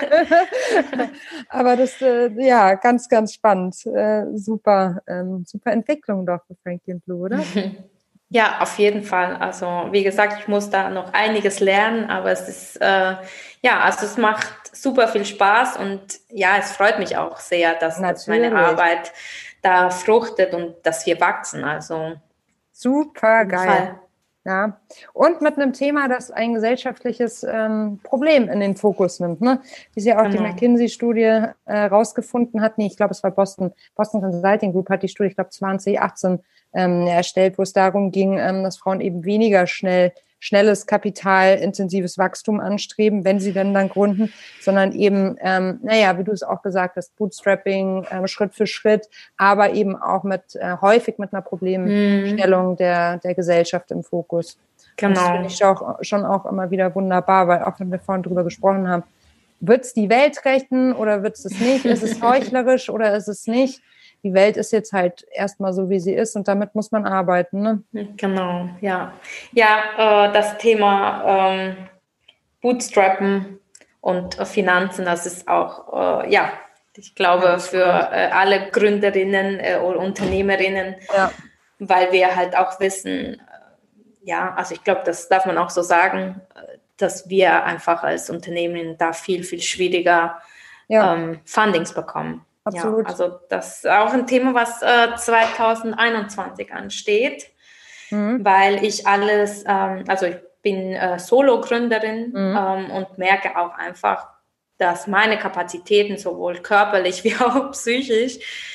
Aber das, äh, ja, ganz, ganz spannend. Äh, super, ähm, super Entwicklung doch für Frankie and Blue, oder? Ja, auf jeden Fall. Also wie gesagt, ich muss da noch einiges lernen, aber es ist, äh, ja, also es macht super viel Spaß und ja, es freut mich auch sehr, dass, dass meine Arbeit da fruchtet und dass wir wachsen. Also super geil. Ja, und mit einem Thema, das ein gesellschaftliches ähm, Problem in den Fokus nimmt, ne? Wie es ja auch genau. die McKinsey-Studie äh, rausgefunden hat, nee, ich glaube, es war Boston, Boston Consulting Group hat die Studie, ich glaube, zwanzig achtzehn ähm, erstellt, wo es darum ging, ähm, dass Frauen eben weniger schnell schnelles, kapitalintensives Wachstum anstreben, wenn sie denn dann gründen, sondern eben, ähm, naja, wie du es auch gesagt hast, Bootstrapping, ähm, Schritt für Schritt, aber eben auch mit äh, häufig mit einer Problemstellung hm. der, der Gesellschaft im Fokus. Genau. Und das finde ich auch, schon auch immer wieder wunderbar, weil auch wenn wir vorhin drüber gesprochen haben, wird es die Welt retten oder wird es es nicht? Ist es heuchlerisch oder ist es nicht? Die Welt ist jetzt halt erstmal so, wie sie ist und damit muss man arbeiten. Ne? Genau, ja. Ja, äh, das Thema ähm, Bootstrappen und äh, Finanzen, das ist auch, äh, ja, ich glaube, ja, für äh, alle Gründerinnen äh, oder Unternehmerinnen, ja. weil wir halt auch wissen, äh, ja, also ich glaube, das darf man auch so sagen, äh, dass wir einfach als Unternehmen da viel, viel schwieriger ja. ähm, Fundings bekommen. Absolut. Ja, also das ist auch ein Thema, was äh, zwanzig einundzwanzig ansteht, mhm. weil ich alles, ähm, also ich bin äh, Solo-Gründerin mhm. ähm, und merke auch einfach, dass meine Kapazitäten sowohl körperlich wie auch psychisch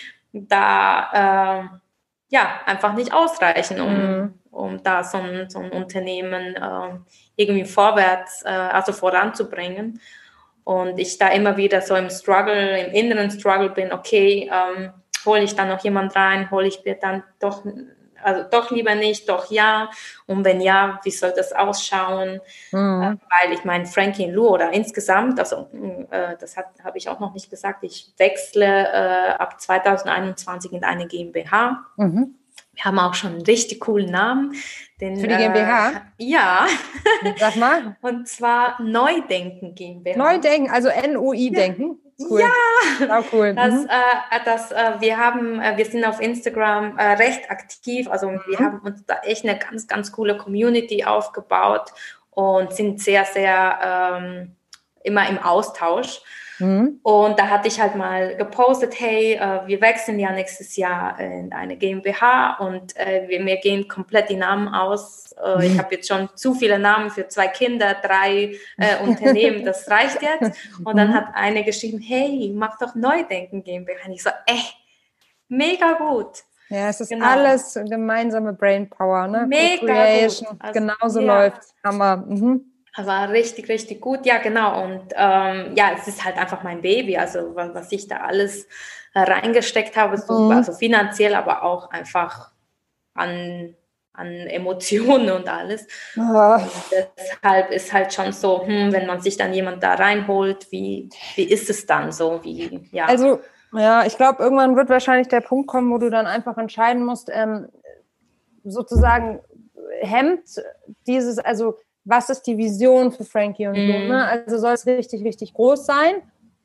da äh, ja einfach nicht ausreichen, um, mhm. um da so ein, so ein Unternehmen äh, irgendwie vorwärts, äh, also voranzubringen. Und ich da immer wieder so im Struggle, im inneren Struggle bin, okay, ähm, hole ich dann noch jemand rein, hole ich mir dann doch, also doch lieber nicht, doch ja. Und wenn ja, wie soll das ausschauen? Mhm. Äh, weil ich meine, Frankie and Lou oder insgesamt, also äh, das habe ich auch noch nicht gesagt, ich wechsle äh, ab zwanzig einundzwanzig in eine GmbH. Mhm. Wir haben auch schon einen richtig coolen Namen. Den, für die GmbH? Äh, ja. Sag mal. Und zwar Neudenken GmbH. Neudenken, also N O I-Denken. Ja. Cool. Ja. Auch cool. Das, mhm. äh, das, äh, wir haben, äh, wir sind auf Instagram äh, recht aktiv. Also mhm. wir haben uns da echt eine ganz, ganz coole Community aufgebaut und sind sehr, sehr ähm, immer im Austausch. Mhm. Und da hatte ich halt mal gepostet, hey, äh, wir wechseln ja nächstes Jahr in eine GmbH und äh, wir, mir gehen komplett die Namen aus. Äh, mhm. Ich habe jetzt schon zu viele Namen für zwei Kinder, drei äh, Unternehmen, das reicht jetzt. Und dann mhm. hat eine geschrieben, hey, mach doch Neudenken GmbH. Und ich so, ey, mega gut. Ja, es ist genau. alles gemeinsame Brainpower, ne? Mega Co-Creation, gut. Also, genauso ja. läuft. Hammer. Mhm. War richtig, richtig gut. Ja, genau. Und ähm, ja, es ist halt einfach mein Baby. Also was, was ich da alles äh, reingesteckt habe, super. Mhm. Also finanziell, aber auch einfach an, an Emotionen und alles. Ja. Und deshalb ist halt schon so, hm, wenn man sich dann jemand da reinholt, wie, wie ist es dann so? Wie, ja. Also, ja, ich glaube, irgendwann wird wahrscheinlich der Punkt kommen, wo du dann einfach entscheiden musst, ähm, sozusagen hemmt dieses, also was ist die Vision für Frankie und Blue? Mm. Ne? Also soll es richtig, richtig groß sein?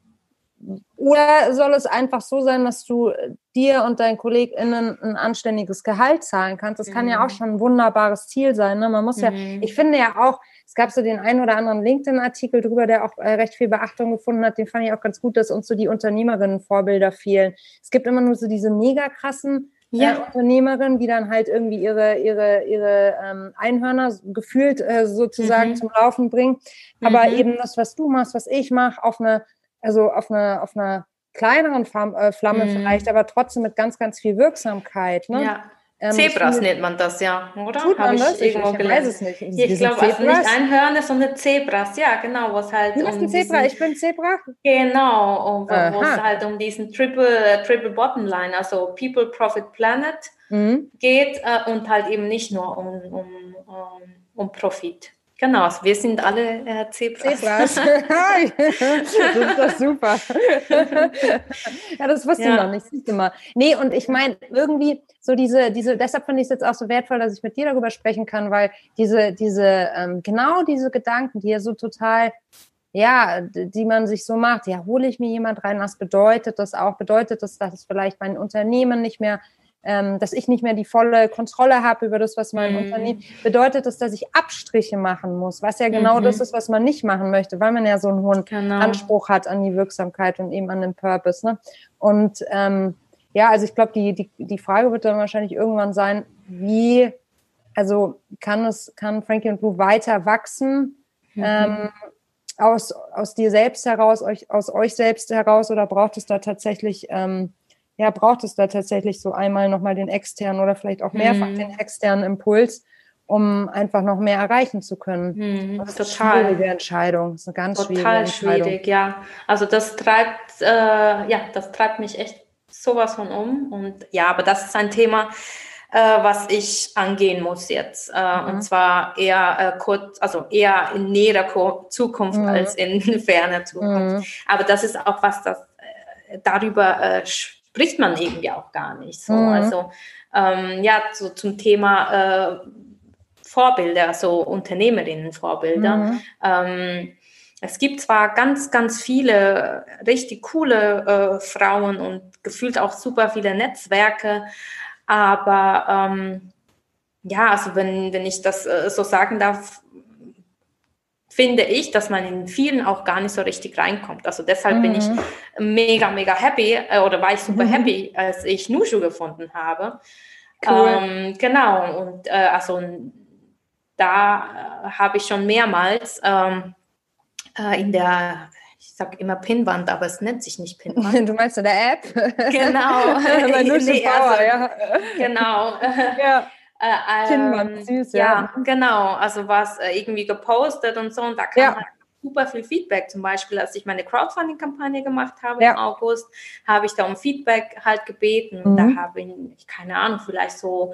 Oder soll es einfach so sein, dass du dir und deinen KollegInnen ein anständiges Gehalt zahlen kannst? Das mm. kann ja auch schon ein wunderbares Ziel sein. Ne? Man muss mm. ja, ich finde ja auch, es gab so den einen oder anderen LinkedIn-Artikel drüber, der auch äh, recht viel Beachtung gefunden hat. Den fand ich auch ganz gut, dass uns so die Unternehmerinnen-Vorbilder fehlen. Es gibt immer nur so diese mega krassen Ja. Äh, Unternehmerin, die dann halt irgendwie ihre, ihre, ihre ähm, Einhörner gefühlt äh, sozusagen Mhm. zum Laufen bringt. Aber Mhm. eben das, was du machst, was ich mache, auf eine, also auf eine, auf einer kleineren Flam äh, Flamme Mhm. vielleicht, aber trotzdem mit ganz, ganz viel Wirksamkeit. Ne? Ja. Ähm, Zebras finde, nennt man das ja, oder? tut Habe man ich das? Ich, irgendwo ich weiß gelernt. es nicht. Ich Wir sind glaube, also nicht Zebras. Einhörner, sondern Zebras. Ja, genau, wo es halt Du bist ein um Zebra, diesen, ich bin Zebra. genau, und wo wo es Aha. halt um diesen Triple, Triple Bottom Line, also People, Profit, Planet Mhm. geht äh, und halt eben nicht nur um, um, um, um Profit. Genau, also wir sind alle äh, Zebras. Zebras. Das ist doch super. Ja, das wusste ich noch Ja. nicht. Siehst du mal. Nee, und ich meine, irgendwie so diese, diese, deshalb finde ich es jetzt auch so wertvoll, dass ich mit dir darüber sprechen kann, weil diese, diese, ähm, genau diese Gedanken, die ja so total, ja, die man sich so macht, ja, hole ich mir jemand rein, was bedeutet das auch? Bedeutet das, dass es vielleicht mein Unternehmen nicht mehr Ähm, dass ich nicht mehr die volle Kontrolle habe über das, was mein Mhm. Unternehmen, bedeutet das, dass ich Abstriche machen muss, was ja genau Mhm. das ist, was man nicht machen möchte, weil man ja so einen hohen Genau. Anspruch hat an die Wirksamkeit und eben an den Purpose. Ne? Und ähm, ja, also ich glaube, die, die, die Frage wird dann wahrscheinlich irgendwann sein, wie, also kann es, kann Frankie und Blue weiter wachsen, Mhm. ähm, aus, aus dir selbst heraus, euch, aus euch selbst heraus, oder braucht es da tatsächlich ähm, ja, braucht es da tatsächlich so einmal nochmal den externen oder vielleicht auch mehrfach hm. den externen Impuls, um einfach noch mehr erreichen zu können. Hm, Das ist total. eine schwierige Entscheidung. Das ist eine ganz Total schwierige Entscheidung. schwierig, ja. Also das treibt, äh, ja, das treibt mich echt sowas von um. Und ja, aber das ist ein Thema, äh, was ich angehen muss jetzt. Äh, Mhm. Und zwar eher äh, kurz, also eher in näherer Ko- Zukunft Mhm. als in ferner Zukunft. Mhm. Aber das ist auch was, das äh, darüber äh, spricht man irgendwie auch gar nicht so. Mhm. Also ähm, ja, so zum Thema äh, Vorbilder, so Unternehmerinnen-Vorbilder. Mhm. Ähm, es gibt zwar ganz, ganz viele richtig coole äh, Frauen und gefühlt auch super viele Netzwerke, aber ähm, ja, also wenn, wenn ich das äh, so sagen darf, finde ich, dass man in vielen auch gar nicht so richtig reinkommt. Also deshalb Mhm. bin ich mega, mega happy äh, oder war ich super happy, als ich Nushu gefunden habe. Cool. Ähm, genau, und äh, also da äh, habe ich schon mehrmals ähm, äh, in der, ich sage immer Pinnwand, aber es nennt sich nicht Pinnwand. Du meinst in der App? Genau. Bei Nushu Nee, Power, also, ja. Genau. Ja. Äh, Pinnwand, ähm, süß, ja. ja, genau. Also was äh, irgendwie gepostet und so und da kam Ja. halt super viel Feedback. Zum Beispiel, als ich meine Crowdfunding-Kampagne gemacht habe Ja. im August, habe ich da um Feedback halt gebeten. Mhm. Da habe ich, keine Ahnung, vielleicht so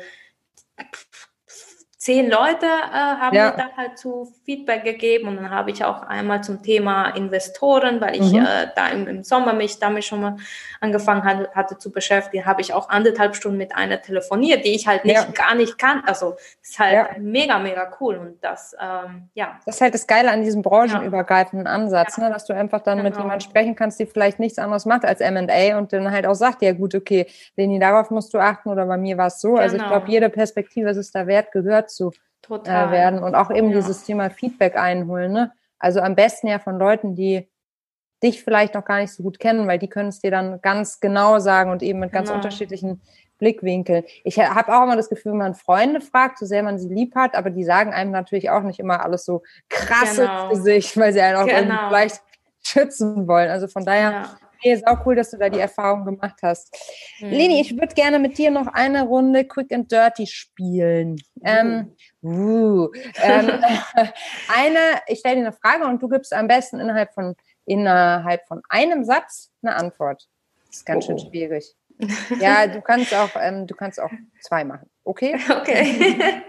zehn Leute äh, haben Ja. mir da halt zu Feedback gegeben und dann habe ich auch einmal zum Thema Investoren, weil ich Mhm. äh, da im, im Sommer mich damit schon mal angefangen hatte, hatte zu beschäftigen, habe ich auch anderthalb Stunden mit einer telefoniert, die ich halt nicht, Ja. gar nicht kann. Also das ist halt Ja. mega, mega cool und das, ähm, ja. Das ist halt das Geile an diesem branchenübergreifenden Ansatz, Ja. ne? Dass du einfach dann Genau. mit jemandem sprechen kannst, die vielleicht nichts anderes macht als M und A und dann halt auch sagt, ja gut, okay, Leni, darauf musst du achten oder bei mir war es so. Genau. Also ich glaube, jede Perspektive ist es da wert, gehört zu Total. äh, werden und auch eben Ja. dieses Thema Feedback einholen, ne? Also am besten ja von Leuten, die dich vielleicht noch gar nicht so gut kennen, weil die können es dir dann ganz genau sagen und eben mit ganz Genau. unterschiedlichen Blickwinkeln. Ich habe auch immer das Gefühl, wenn man Freunde fragt, so sehr man sie lieb hat, aber die sagen einem natürlich auch nicht immer alles so krass Genau. ins Gesicht, weil sie einen auch Genau. irgendwie vielleicht schützen wollen. Also von daher, Ja. nee, ist auch cool, dass du da die Erfahrung gemacht hast. Mhm. Leni, ich würde gerne mit dir noch eine Runde Quick and Dirty spielen. Ähm, uh, ähm, eine, ich stelle dir eine Frage und du gibst am besten innerhalb von innerhalb von einem Satz eine Antwort. Das ist ganz Oh. schön schwierig. Ja, du kannst auch, ähm, du kannst auch zwei machen. Okay? Okay.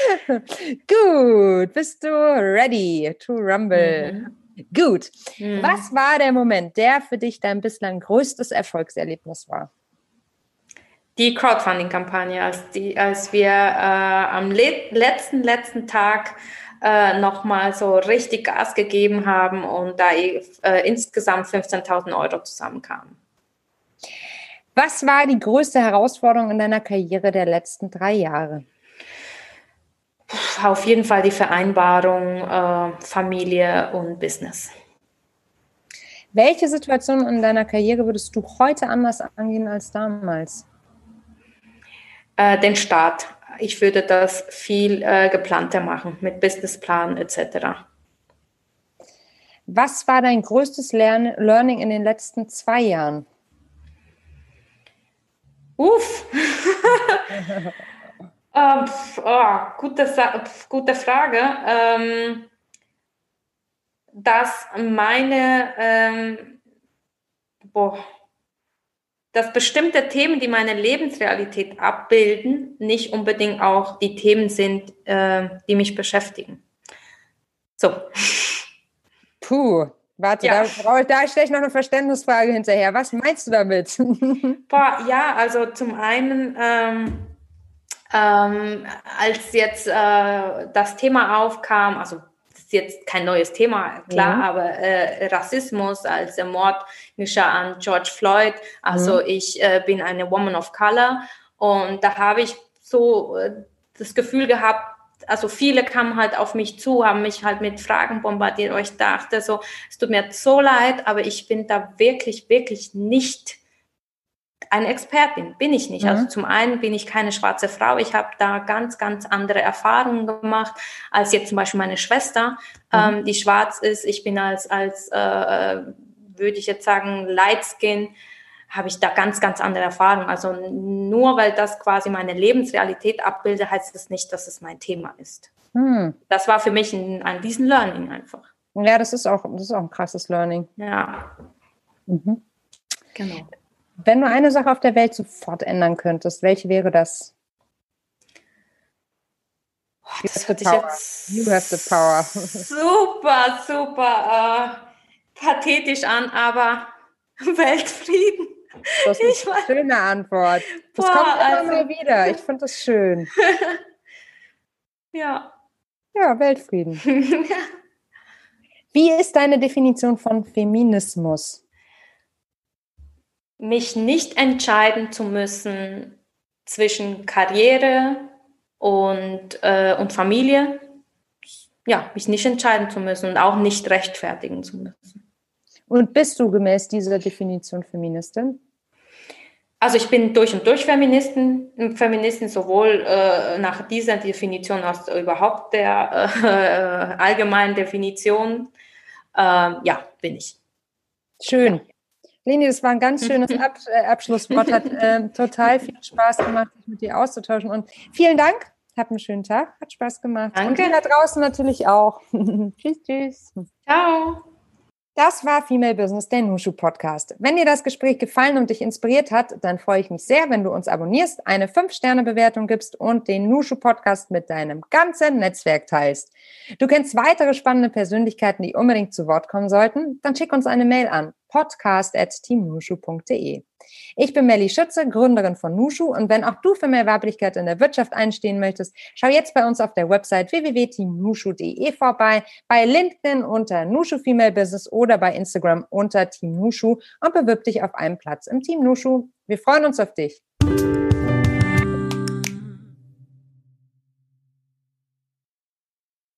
Gut, bist du ready to rumble? Mhm. Gut. Mhm. Was war der Moment, der für dich dein bislang größtes Erfolgserlebnis war? Die Crowdfunding-Kampagne, als, die, als wir äh, am le- letzten, letzten Tag äh, nochmal so richtig Gas gegeben haben und da äh, insgesamt fünfzehntausend Euro zusammenkamen. Was war die größte Herausforderung in deiner Karriere der letzten drei Jahre? Auf jeden Fall die Vereinbarung äh, Familie und Business. Welche Situation in deiner Karriere würdest du heute anders angehen als damals? Äh, den Start. Ich würde das viel äh, geplanter machen, mit Businessplan et cetera. Was war dein größtes Lern- Learning in den letzten zwei Jahren? Uff. ähm, oh, gute, gute Frage. Ähm, dass meine, ähm, boah, dass bestimmte Themen, die meine Lebensrealität abbilden, nicht unbedingt auch die Themen sind, äh, die mich beschäftigen. So. Puh, warte, ja. da, da stelle ich noch eine Verständnisfrage hinterher. Was meinst du damit? Boah, ja, also zum einen, ähm, ähm, als jetzt äh, das Thema aufkam, also das ist jetzt kein neues Thema, klar, mhm. aber äh, Rassismus als der Mord geschah an George Floyd, also mhm. ich äh, bin eine Woman of Color und da habe ich so äh, das Gefühl gehabt, also viele kamen halt auf mich zu, haben mich halt mit Fragen bombardiert, und ich dachte so, es tut mir so leid, aber ich bin da wirklich, wirklich nicht eine Expertin, bin ich nicht. Mhm. Also zum einen bin ich keine schwarze Frau, ich habe da ganz, ganz andere Erfahrungen gemacht, als jetzt zum Beispiel meine Schwester, mhm. ähm, die schwarz ist. Ich bin als, als äh, würde ich jetzt sagen, Light Skin, habe ich da ganz, ganz andere Erfahrungen. Also nur weil das quasi meine Lebensrealität abbildet, heißt das nicht, dass es mein Thema ist. Hm. Das war für mich ein, ein riesen Learning einfach. Ja, das ist auch, das ist auch ein krasses Learning. Ja. Mhm. Genau. Wenn du eine Sache auf der Welt sofort ändern könntest, welche wäre das? Oh, das hatte ich jetzt you have the power. Super, super äh, pathetisch an, aber Weltfrieden. Das ist eine ich schöne Antwort. Das boah, kommt immer also, mal wieder. Ich finde das schön. Ja. Ja, Weltfrieden. Wie ist deine Definition von Feminismus? Mich nicht entscheiden zu müssen zwischen Karriere und, äh, und Familie. Ja, mich nicht entscheiden zu müssen und auch nicht rechtfertigen zu müssen. Und bist du gemäß dieser Definition Feministin? Also ich bin durch und durch Feministin, Feministin sowohl äh, nach dieser Definition als überhaupt der äh, allgemeinen Definition. Äh, ja, bin ich. Schön. Leni, das war ein ganz schönes Ab- äh, Abschlusswort. Hat äh, total viel Spaß gemacht, sich mit dir auszutauschen. Und vielen Dank. Hab einen schönen Tag. Hat Spaß gemacht. Danke. Und da draußen natürlich auch. Tschüss, tschüss. Ciao. Das war Female Business, der Nushu Podcast. Wenn dir das Gespräch gefallen und dich inspiriert hat, dann freue ich mich sehr, wenn du uns abonnierst, eine fünf Sterne Bewertung gibst und den Nushu Podcast mit deinem ganzen Netzwerk teilst. Du kennst weitere spannende Persönlichkeiten, die unbedingt zu Wort kommen sollten? Dann schick uns eine Mail an podcast at teamnushu punkt de. Ich bin Melli Schütze, Gründerin von Nushu, und wenn auch du für mehr Weiblichkeit in der Wirtschaft einstehen möchtest, schau jetzt bei uns auf der Website w w w punkt team nushu punkt de vorbei, bei LinkedIn unter Nushu Female Business oder bei Instagram unter Team Nushu und bewirb dich auf einen Platz im Team Nushu. Wir freuen uns auf dich.